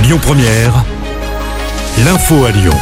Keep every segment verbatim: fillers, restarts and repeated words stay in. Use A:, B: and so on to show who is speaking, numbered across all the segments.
A: Lyon Première, l'info à Lyon.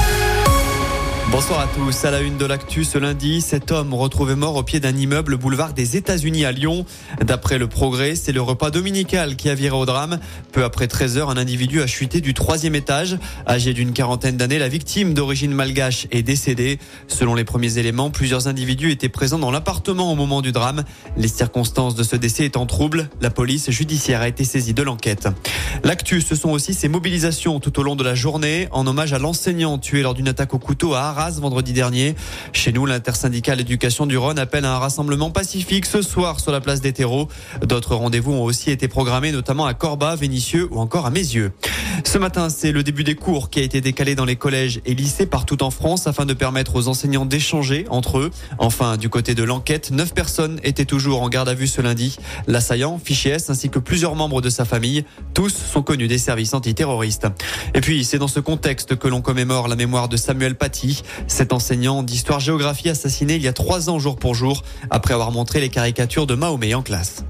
B: Bonsoir à tous. À la une de l'actu ce lundi, cet homme retrouvé mort au pied d'un immeuble boulevard des États-Unis à Lyon. D'après Le Progrès, c'est le repas dominical qui a viré au drame. Peu après treize heures, un individu a chuté du troisième étage. Âgé d'une quarantaine d'années, la victime d'origine malgache est décédée. Selon les premiers éléments, plusieurs individus étaient présents dans l'appartement au moment du drame. Les circonstances de ce décès étant troubles, la police judiciaire a été saisie de l'enquête. L'actu, ce sont aussi ces mobilisations tout au long de la journée en hommage à l'enseignant tué lors d'une attaque au couteau à Arras vendredi dernier. Chez nous, l'intersyndicale éducation du Rhône appelle à un rassemblement pacifique ce soir sur la place des terreaux. D'autres rendez-vous ont aussi été programmés, notamment à Corba, Vénissieux ou encore à Mézieux. Ce matin, c'est le début des cours qui a été décalé dans les collèges et lycées partout en France afin de permettre aux enseignants d'échanger entre eux. Enfin, du côté de l'enquête, neuf personnes étaient toujours en garde à vue ce lundi. L'assaillant, fiché S, ainsi que plusieurs membres de sa famille, tous sont connus des services antiterroristes. Et puis, c'est dans ce contexte que l'on commémore la mémoire de Samuel Paty, cet enseignant d'histoire-géographie assassiné il y a trois ans jour pour jour, après avoir montré les caricatures de Mahomet en classe.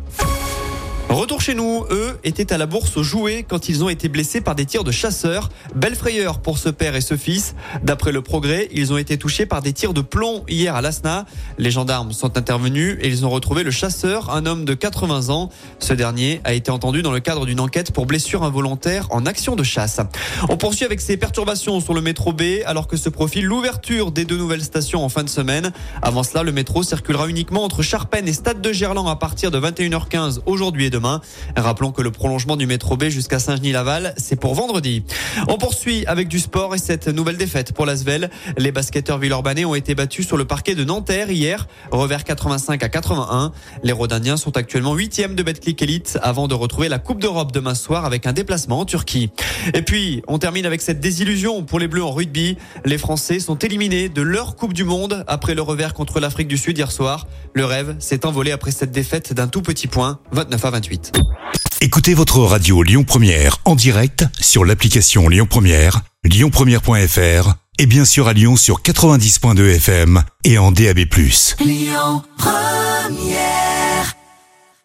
B: Retour chez nous, eux étaient à la bourse aux jouets quand ils ont été blessés par des tirs de chasseurs. Belle frayeur pour ce père et ce fils. D'après Le Progrès, ils ont été touchés par des tirs de plomb hier à Lasna. Les gendarmes sont intervenus et ils ont retrouvé le chasseur, un homme de quatre-vingts ans. Ce dernier a été entendu dans le cadre d'une enquête pour blessure involontaire en action de chasse. On poursuit avec ces perturbations sur le métro B alors que se profile l'ouverture des deux nouvelles stations en fin de semaine. Avant cela, le métro circulera uniquement entre Charpennes et Stade de Gerland à partir de vingt et une heures quinze aujourd'hui et demain. Rappelons que le prolongement du métro B jusqu'à Saint-Genis-Laval, c'est pour vendredi. On poursuit avec du sport et cette nouvelle défaite pour l'Asvel. Les basketteurs villeurbanais ont été battus sur le parquet de Nanterre hier, revers quatre-vingt-cinq à quatre-vingt-un. Les Rodaniens sont actuellement huitièmes de Betclic Elite avant de retrouver la Coupe d'Europe demain soir avec un déplacement en Turquie. Et puis, on termine avec cette désillusion pour les Bleus en rugby. Les Français sont éliminés de leur Coupe du Monde après le revers contre l'Afrique du Sud hier soir. Le rêve s'est envolé après cette défaite d'un tout petit point, vingt-neuf à vingt-huit.
A: Écoutez votre radio Lyon Première en direct sur l'application Lyon Première, lyon première point f r et bien sûr à Lyon sur quatre-vingt-dix point deux F M et en D A B plus.
C: Lyon Première.